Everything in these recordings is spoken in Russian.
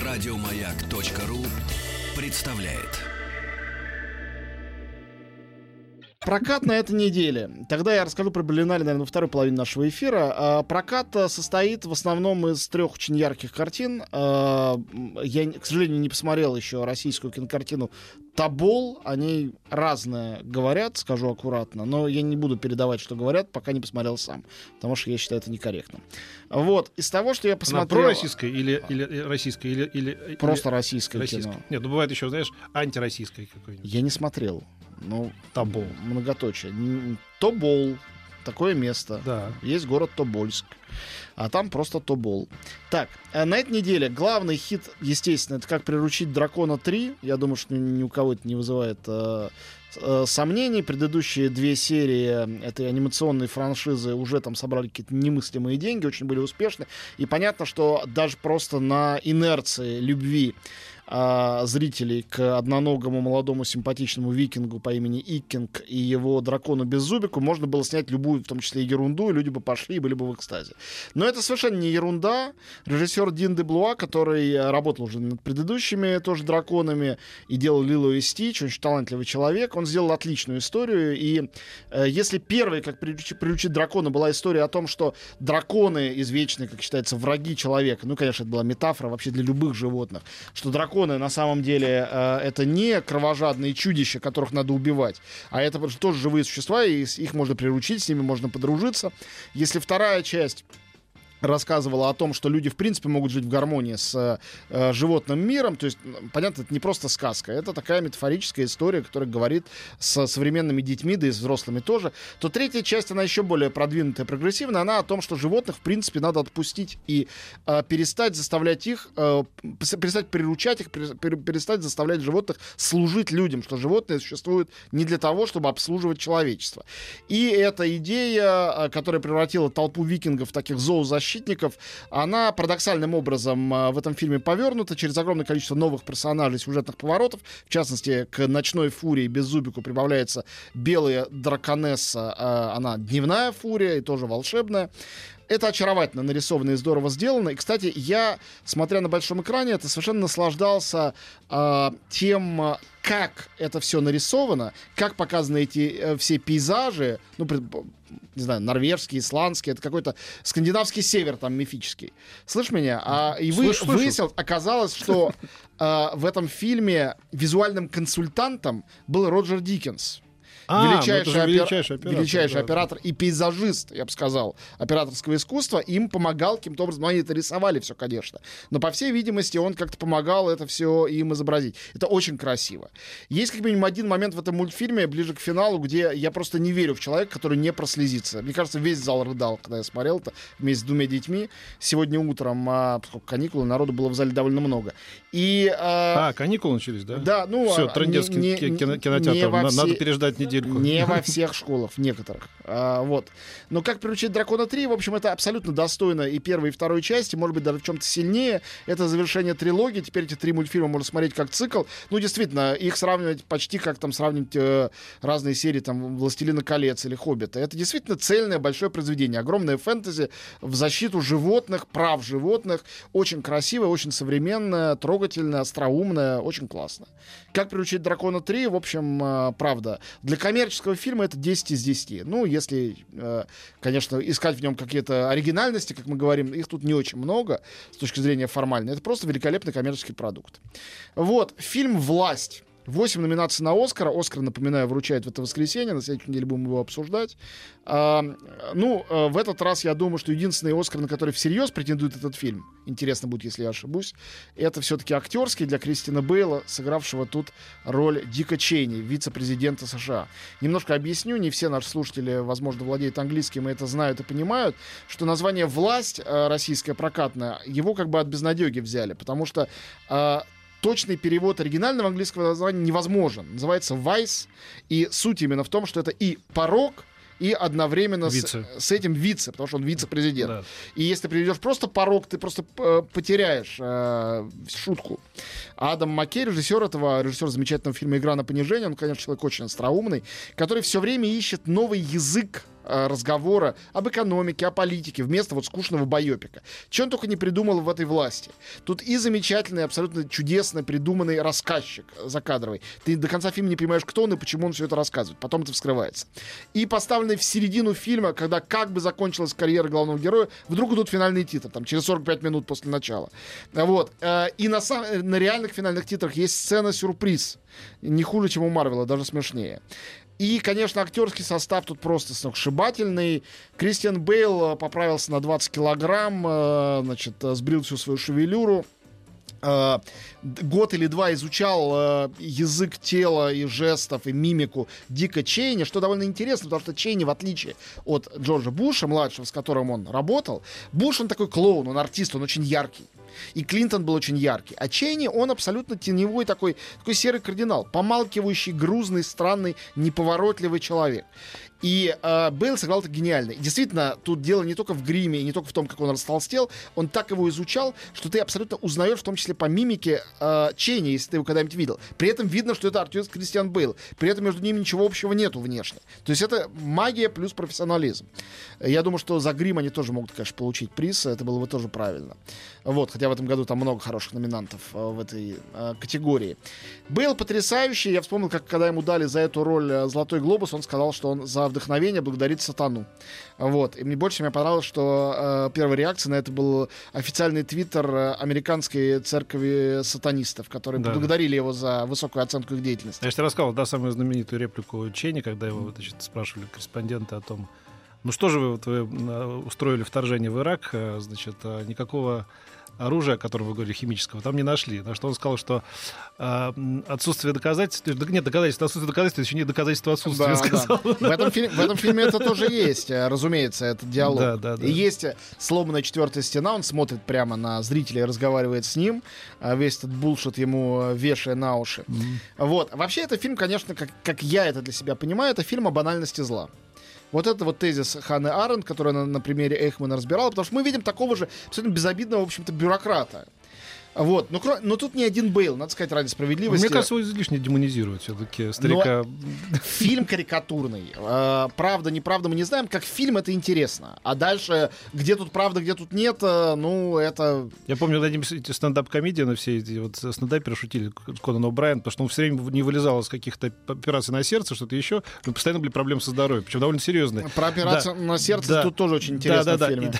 Радиомаяк.ру представляет. Прокат на этой неделе. Тогда я расскажу про Берлинале, наверное, во второй половине нашего эфира. Прокат состоит в основном из 3 очень ярких картин. Я, к сожалению, не посмотрел еще российскую кинокартину «Тобол». Они разное говорят, скажу аккуратно, но я не буду передавать, что говорят, пока не посмотрел сам, потому что я считаю это некорректным. Вот. Из того, что я посмотрел... Она пророссийское или российское? Или просто российское кино. Нет, ну бывает еще, знаешь, антироссийское какое-нибудь. Я не смотрел. Ну, Тобол. Многоточие. Тобол. Такое место. Да. Есть город Тобольск. А там просто Тобол. Так, на этой неделе главный хит, естественно, это «Как приручить дракона 3». Я думаю, что ни у кого это не вызывает сомнений. Предыдущие 2 серии этой анимационной франшизы уже там собрали какие-то немыслимые деньги, очень были успешны. И понятно, что даже просто на инерции любви зрителей к одноногому молодому симпатичному викингу по имени Иккинг и его дракону Беззубику можно было снять любую, в том числе и ерунду, и люди бы пошли и были бы в экстазе. Но это совершенно не ерунда. Режиссер Дин де Блуа, который работал уже над предыдущими тоже драконами и делал Лило и Стич, очень талантливый человек, он сделал отличную историю. И если первой, как приручить дракона, была история о том, что драконы извечные, как считается, враги человека, ну, конечно, это была метафора вообще для любых животных, что драконы на самом деле это не кровожадные чудища, которых надо убивать, а это тоже живые существа, и их можно приручить, с ними можно подружиться. Если вторая часть рассказывала о том, что люди, в принципе, могут жить в гармонии с животным миром. То есть, понятно, это не просто сказка. Это такая метафорическая история, которая говорит с современными детьми, да и с взрослыми тоже. То третья часть, она еще более продвинутая, прогрессивная. Она о том, что животных, в принципе, надо отпустить и перестать заставлять их, перестать приручать их, перестать заставлять животных служить людям, что животные существуют не для того, чтобы обслуживать человечество. И эта идея, которая превратила толпу викингов в таких зоозащитников, она парадоксальным образом в этом фильме повернута через огромное количество новых персонажей, сюжетных поворотов. В частности, к ночной фурии Беззубику прибавляется белая драконесса, она дневная фурия и тоже волшебная. Это очаровательно нарисовано и здорово сделано. И, кстати, я, смотря на большом экране, это совершенно наслаждался тем, как это все нарисовано, как показаны эти все пейзажи, ну, не знаю, норвежский, исландский, это какой-то скандинавский север там мифический. Слышь меня? И выяснилось, оказалось, что в этом фильме визуальным консультантом был Роджер Диккенс. Величайший оператор и пейзажист, я бы сказал, операторского искусства. Им помогал каким-то образом, они это рисовали все, конечно, но, по всей видимости, он как-то помогал это все им изобразить. Это очень красиво. Есть как минимум один момент в этом мультфильме, ближе к финалу, где я просто не верю в человека, который не прослезится. Мне кажется, весь зал рыдал, когда я смотрел это вместе с 2 детьми. Сегодня утром, поскольку каникулы, народу было в зале довольно много. Каникулы начались, да? Да, ну... Все, трындецкий кинотеатр, надо переждать неделю. Не во всех школах, в некоторых. Вот. Но «Как приручить дракона 3», в общем, это абсолютно достойно и первой, и второй части, может быть, даже в чем-то сильнее. Это завершение трилогии. Теперь эти 3 мультфильма можно смотреть как цикл. Ну, действительно, их сравнивать почти как там сравнивать разные серии там «Властелина колец» или «Хоббита». Это действительно цельное большое произведение. Огромное фэнтези в защиту животных, прав животных. Очень красивое, очень современное, трогательное, остроумное. Очень классно. «Как приручить дракона 3», в общем, правда. Для коммерческого фильма это 10 из 10. Ну, если, конечно, искать в нем какие-то оригинальности, как мы говорим, их тут не очень много с точки зрения формальной. Это просто великолепный коммерческий продукт. Вот, фильм «Власть». 8 номинаций на «Оскар». «Оскар», напоминаю, вручают в это воскресенье. На следующей неделе будем его обсуждать. В этот раз я думаю, что единственный «Оскар», на который всерьез претендует этот фильм, интересно будет, если я ошибусь, это все-таки актерский для Кристина Бейла, сыгравшего тут роль Дика Чейни, вице-президента США. Немножко объясню, не все наши слушатели, возможно, владеют английским и это знают и понимают, что название «Власть» российское прокатное, его как бы от безнадеги взяли, потому что точный перевод оригинального английского названия невозможен. Называется «Vice», и суть именно в том, что это и порок, и одновременно с этим вице, потому что он вице-президент. Да. И если ты приведешь просто порок, ты просто потеряешь шутку. Адам Маккей, режиссер замечательного фильма «Игра на понижение», он, конечно, человек очень остроумный, который все время ищет новый язык разговора об экономике, о политике, вместо вот скучного байопика. Чего он только не придумал в этой власти. Тут и замечательный, абсолютно чудесно придуманный рассказчик закадровый. Ты до конца фильма не понимаешь, кто он и почему он все это рассказывает. Потом это вскрывается. И поставленный в середину фильма, когда как бы закончилась карьера главного героя, вдруг идут финальные титры, там, через 45 минут после начала. Вот. И на реальных финальных титрах есть сцена-сюрприз. Не хуже, чем у Марвела, даже смешнее. И, конечно, актерский состав тут просто сногсшибательный. Кристиан Бейл поправился на 20 килограмм, значит, сбрил всю свою шевелюру. Год или два изучал язык тела и жестов, и мимику Дика Чейни, что довольно интересно, потому что Чейни, в отличие от Джорджа Буша, младшего, с которым он работал, Буш, он такой клоун, он артист, он очень яркий. И Клинтон был очень яркий. А Чейни, он абсолютно теневой такой серый кардинал, помалкивающий, грузный, странный, неповоротливый человек. И Бейл сыграл это гениально. И действительно, тут дело не только в гриме, и не только в том, как он растолстел. Он так его изучал, что ты абсолютно узнаешь, в том числе по мимике, Чейни, если ты его когда-нибудь видел. При этом видно, что это артист Кристиан Бейл. При этом между ними ничего общего нету внешне. То есть это магия плюс профессионализм. Я думаю, что за грим они тоже могут, конечно, получить приз. Это было бы тоже правильно. Вот, хотя в этом году там много хороших номинантов в этой категории. Бейл потрясающий. Я вспомнил, как когда ему дали за эту роль «Золотой глобус», он сказал, что он за вдохновение благодарит сатану. Вот. И мне больше всего понравилось, что первая реакция на это был официальный твиттер американской церкви сатанистов, которые поблагодарили его за высокую оценку их деятельности. Я же тебе рассказывал, да, самую знаменитую реплику Чейни, когда его, значит, спрашивали корреспонденты о том, ну что же вы устроили вторжение в Ирак, значит, никакого оружия, о котором вы говорили, химического, там не нашли. На что он сказал, что отсутствие доказательств... Нет, доказательств, отсутствие доказательств, еще не доказательство отсутствия, сказал. Да. В этом фильме это тоже есть, разумеется, этот диалог. Да. И есть сломанная четвертая стена, он смотрит прямо на зрителя и разговаривает с ним, весь этот булшит ему вешая на уши. Вот. Вообще, это фильм, конечно, как я это для себя понимаю, это фильм о банальности зла. Вот это вот тезис Ханны Аренд, который она на примере Эйхмана разбирала, потому что мы видим такого же абсолютно безобидного, в общем-то, бюрократа. Вот. Но тут не один Бейл, надо сказать, ради справедливости. Мне кажется, его излишне демонизируют все-таки старика. Но фильм карикатурный. Правда, неправда, мы не знаем. Как фильм это интересно. А дальше, где тут правда, где тут нет, ну, это... Я помню, когда эти стендап-комедии, все эти вот стендаперы шутили Конан О'Брайен, потому что он все время не вылезал из каких-то операций на сердце, что-то еще. Но постоянно были проблемы со здоровьем, причем довольно серьезные. Про операцию на сердце тут тоже очень интересно в фильме.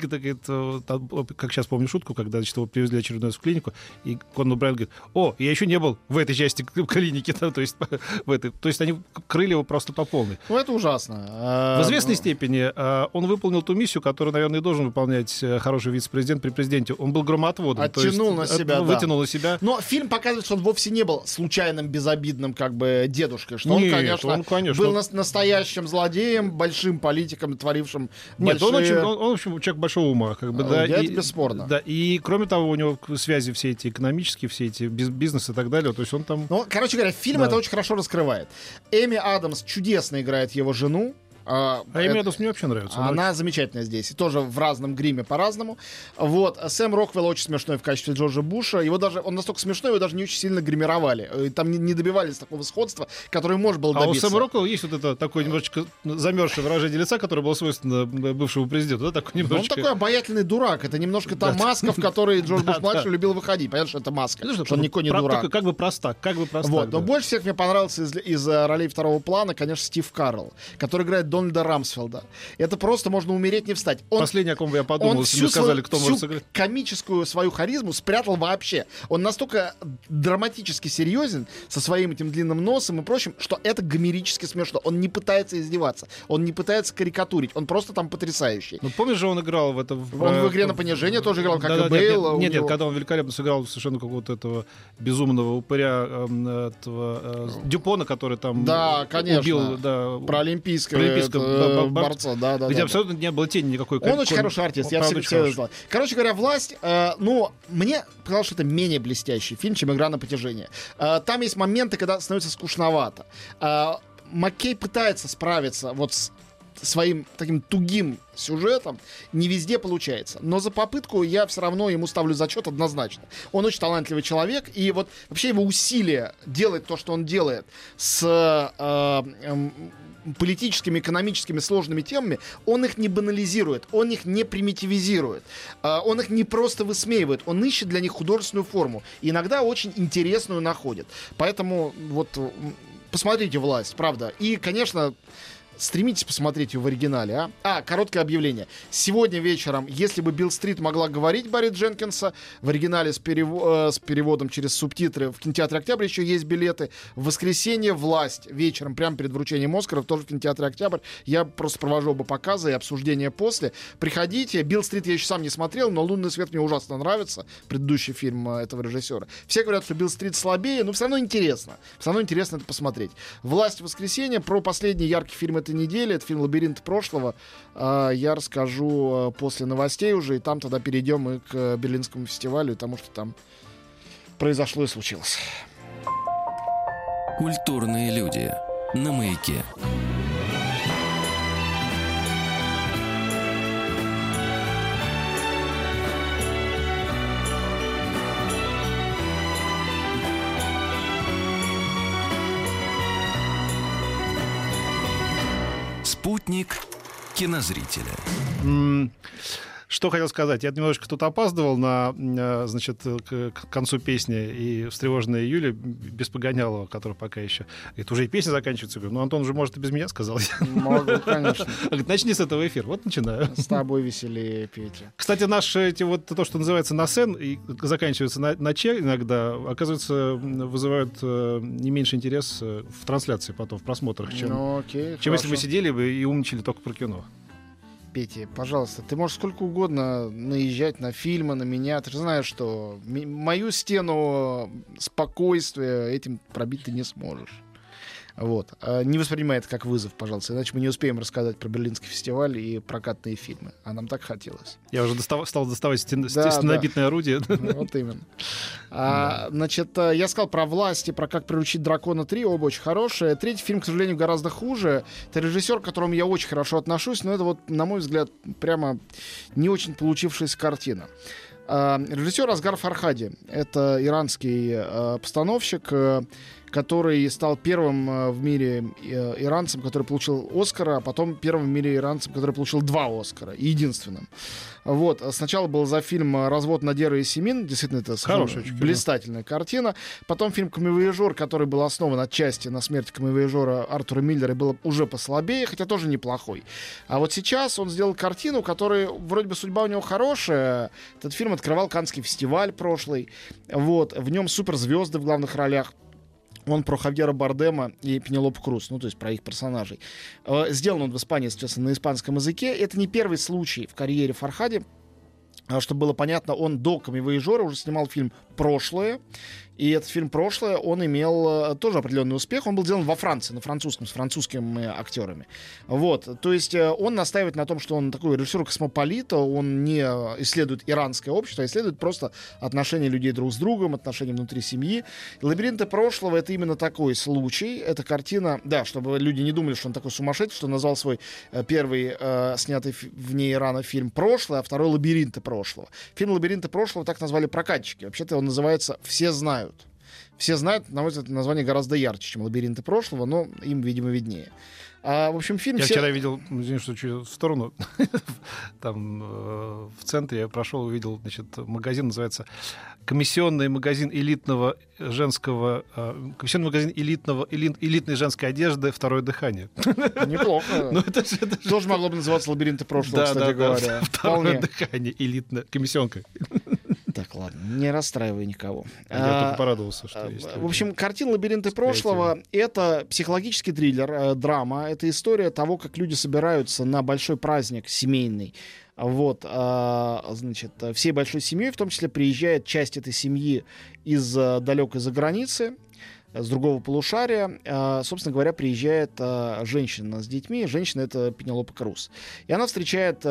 Как сейчас помню шутку, когда его привезли очередной в клинику, и Конан О'Брайен говорит: о, я еще не был в этой части клиники, то есть они крыли его просто по полной. Ну, это ужасно. В известной степени он выполнил ту миссию, которую, наверное, и должен выполнять хороший вице-президент при президенте. Он был громоотводом. Оттянул на себя, вытянул на себя. Но фильм показывает, что он вовсе не был случайным, безобидным, как бы, дедушкой. Что он, конечно, был настоящим злодеем, большим политиком, творившим большие... он, в общем, человек большого ума. Как бы, да, это бесспорно. Да, и, кроме того, у него связи все эти экономические, все эти бизнес и так далее. То есть он там... Ну, короче говоря, фильм это очень хорошо раскрывает. Эми Адамс чудесно играет его жену. Эми Адамс мне вообще нравится. Она замечательная здесь. И тоже в разном гриме по-разному. Вот. Сэм Роквелл очень смешной в качестве Джорджа Буша. Он настолько смешной, его даже не очень сильно гримировали. Там не добивались такого сходства, которое можно было добиться. А у Сэма Роквелла есть вот это такое немножечко замерзшее выражение лица, которое было свойственно бывшему президенту. Да, такое немножечко... Он такой обаятельный дурак. Это немножко та маска, в которой Джордж Буш-младший любил выходить. Понятно, что это маска. Что он никакой не дурак. Как бы простак. Вот. Но больше всех мне понравился из ролей второго плана, конечно, Стив Карелл, который играет Дональда Рамсфелда. Это просто можно умереть, не встать. Последнее, о ком я подумал, если мне сказали, кто может сыграть. Комическую свою харизму спрятал вообще. Он настолько драматически серьезен со своим этим длинным носом и прочим, что это гомерически смешно. Он не пытается издеваться. Он не пытается карикатурить. Он просто там потрясаий. Ну, помнишь же, он играл в это... Он в «Игре на понижение» тоже играл, как и Бейл. Нет, когда он великолепно сыграл совершенно какого-то этого безумного упыря Дюпона, который там убил... Про олимпийского борца, где абсолютно не было тени никакой. Он очень хороший артист, я всегда знал. Короче говоря, «Власть», мне показалось, что это менее блестящий фильм, чем «Игра на притяжение». Там есть моменты, когда становится скучновато. Маккей пытается справиться вот с своим таким тугим сюжетом не везде получается. Но за попытку я все равно ему ставлю зачет однозначно. Он очень талантливый человек, и вот вообще его усилия делать то, что он делает с политическими, экономическими сложными темами, он их не банализирует, он их не примитивизирует, он их не просто высмеивает, он ищет для них художественную форму. И иногда очень интересную находит. Поэтому вот посмотрите «Власть», правда. И, конечно, стремитесь посмотреть ее в оригинале, короткое объявление. Сегодня вечером, если бы Билл Стрит могла говорить Барри Дженкинса, в оригинале с переводом через субтитры в кинотеатре «Октябрь» еще есть билеты. В воскресенье «Власть» вечером, прямо перед вручением «Оскаров», тоже в кинотеатре «Октябрь». Я просто провожу оба показа и обсуждение после. Приходите. Билл Стрит я еще сам не смотрел, но «Лунный свет» мне ужасно нравится. Предыдущий фильм этого режиссера. Все говорят, что Билл Стрит слабее, но все равно интересно. Все равно интересно это посмотреть. «Власть» в воскресенье. Про последний яркий фильм этой недели, это фильм «Лабиринт прошлого», я расскажу после новостей уже, и там тогда перейдем и к Берлинскому фестивалю, и тому, что там произошло и случилось. Культурные люди на Маяке. Спутник кинозрителя. Что хотел сказать? Я немножечко тут опаздывал к концу песни, и встревоженная Юля без Погонялова, которая пока еще... Это уже и песня заканчивается. Говорю, Антон уже, может, и без меня сказал. Могу, конечно. Говорит, начни с этого эфира. Вот начинаю. С тобой веселее, Петя. Кстати, то, что называется на сцен, и заканчивается на че иногда, оказывается, вызывают не меньше интерес в трансляции потом, в просмотрах, чем если бы сидели бы и умничали только про кино. Петя, пожалуйста, ты можешь сколько угодно наезжать на фильмы, на меня. Ты же знаешь, что мою стену спокойствия этим пробить ты не сможешь. Вот. Не воспринимай это как вызов, пожалуйста, иначе мы не успеем рассказать про Берлинский фестиваль и прокатные фильмы. А нам так хотелось. Я уже стал доставать стеснобитное орудие. Вот именно. Я сказал про «Власть» и про «Как приручить дракона 3», оба очень хорошие. Третий фильм, к сожалению, гораздо хуже. Это режиссер, к которому я очень хорошо отношусь, но это вот, на мой взгляд, прямо не очень получившаяся картина. Режиссер Асгар Фархади. Это иранский постановщик, который стал первым в мире иранцем, который получил Оскара, а потом первым в мире иранцем, который получил 2 Оскара, и единственным. Вот. Сначала был за фильм «Развод Надеры и Семин», действительно, это блистательная картина. Потом фильм «Камевояжер», который был основан отчасти на смерти камевояжера Артура Миллера, и был уже послабее, хотя тоже неплохой. А вот сейчас он сделал картину, которая, вроде бы, судьба у него хорошая. Этот фильм открывал Каннский фестиваль прошлый. Вот. В нем суперзвезды в главных ролях. Он про Хавьера Бардема и Пенелопу Круз, то есть про их персонажей. Сделан он в Испании, соответственно, на испанском языке. Это не первый случай в карьере Фархади. Чтобы было понятно, он до «Камевояжера» уже снимал фильм «Прошлое». И этот фильм «Прошлое», он имел тоже определенный успех. Он был сделан во Франции, на французском, с французскими актерами. Вот. То есть он настаивает на том, что он такой режиссер космополита, он не исследует иранское общество, а исследует просто отношения людей друг с другом, отношения внутри семьи. «Лабиринты прошлого» — это именно такой случай. Эта картина, да, чтобы люди не думали, что он такой сумасшедший, что он назвал свой первый снятый вне Ирана фильм «Прошлое», а второй «Лабиринты прошлого». Фильм «Лабиринты прошлого» так назвали прокатчики. Вообще-то он называется «Все знают». Все знают, на мой взгляд, название гораздо ярче, чем «Лабиринты прошлого», но им, видимо, виднее. В общем, фильм... Я вчера видел, извини, что чуть в сторону, там в центре я прошел, увидел, магазин называется «Комиссионный магазин элитного женского... Комиссионный магазин элитной женской одежды «Второе дыхание». Неплохо. Тоже могло бы называться «Лабиринты прошлого», кстати говоря. «Второе дыхание» элитная комиссионка. Так, ладно, не расстраивай никого. Я только порадовался, что есть. В общем, картина «Лабиринты прошлого» — это психологический триллер, драма. Это история того, как люди собираются на большой праздник семейный. Вот, всей большой семьей, в том числе приезжает часть этой семьи из далекой заграницы. с другого полушария, собственно говоря, приезжает женщина с детьми. Женщина — это Пенелопа Круз. И она встречает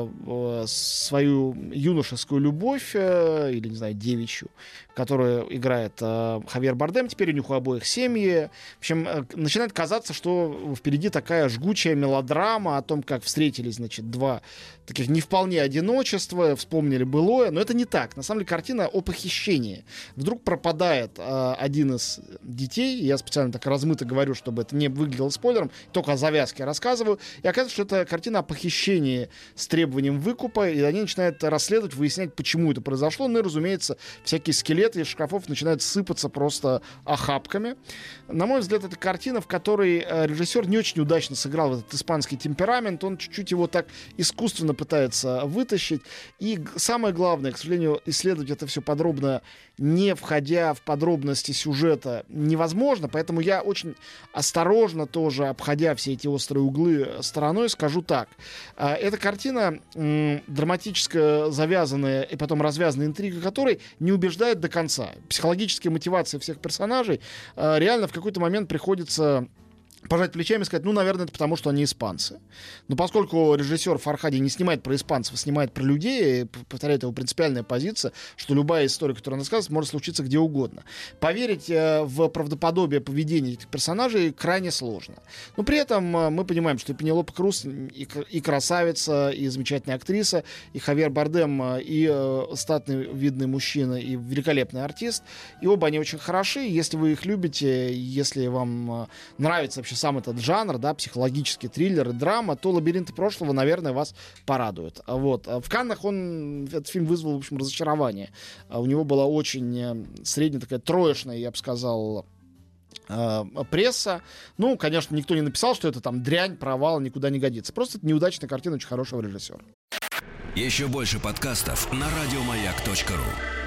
свою юношескую любовь, или, не знаю, девичью, которую играет Хавьер Бардем. Теперь у них у обоих семьи. В общем, начинает казаться, что впереди такая жгучая мелодрама о том, как встретились, значит, два таких не вполне одиночества, вспомнили былое. Но это не так. На самом деле картина о похищении. Вдруг пропадает один из детей. Я специально так размыто говорю, чтобы это не выглядело спойлером. Только о завязке рассказываю. И оказывается, что это картина о похищении с требованием выкупа. И они начинают расследовать, выяснять, почему это произошло. Ну и, разумеется, всякие скелеты из шкафов начинают сыпаться просто охапками. На мой взгляд, это картина, в которой режиссер не очень удачно сыграл этот испанский темперамент. Он чуть-чуть его так искусственно пытается вытащить. И самое главное, к сожалению, исследовать это все подробно, не входя в подробности сюжета, невозможно. Поэтому я очень осторожно тоже, обходя все эти острые углы стороной, скажу так. Эта картина драматически завязанная и потом развязанная интрига которой не убеждает до конца. Психологическая мотивация всех персонажей реально в какой-то момент приходится пожать плечами и сказать, ну, наверное, это потому, что они испанцы. Но поскольку режиссер Фархади не снимает про испанцев, а снимает про людей, повторяет его принципиальная позиция, что любая история, которую он рассказывает, может случиться где угодно. Поверить в правдоподобие поведения этих персонажей крайне сложно. Но при этом мы понимаем, что и Пенелопа Круз, и красавица, и замечательная актриса, и Хавьер Бардем, и статный видный мужчина, и великолепный артист. И оба они очень хороши. Если вы их любите, если вам нравится вообще сам этот жанр, да, психологический триллер и драма, то «Лабиринты прошлого», наверное, вас порадует. Вот. В Каннах этот фильм вызвал, в общем, разочарование. У него была очень средняя такая троечная, я бы сказал, пресса. Ну, конечно, никто не написал, что это там дрянь, провал, никуда не годится. Просто это неудачная картина очень хорошего режиссера. Еще больше подкастов на радиомаяк.ру.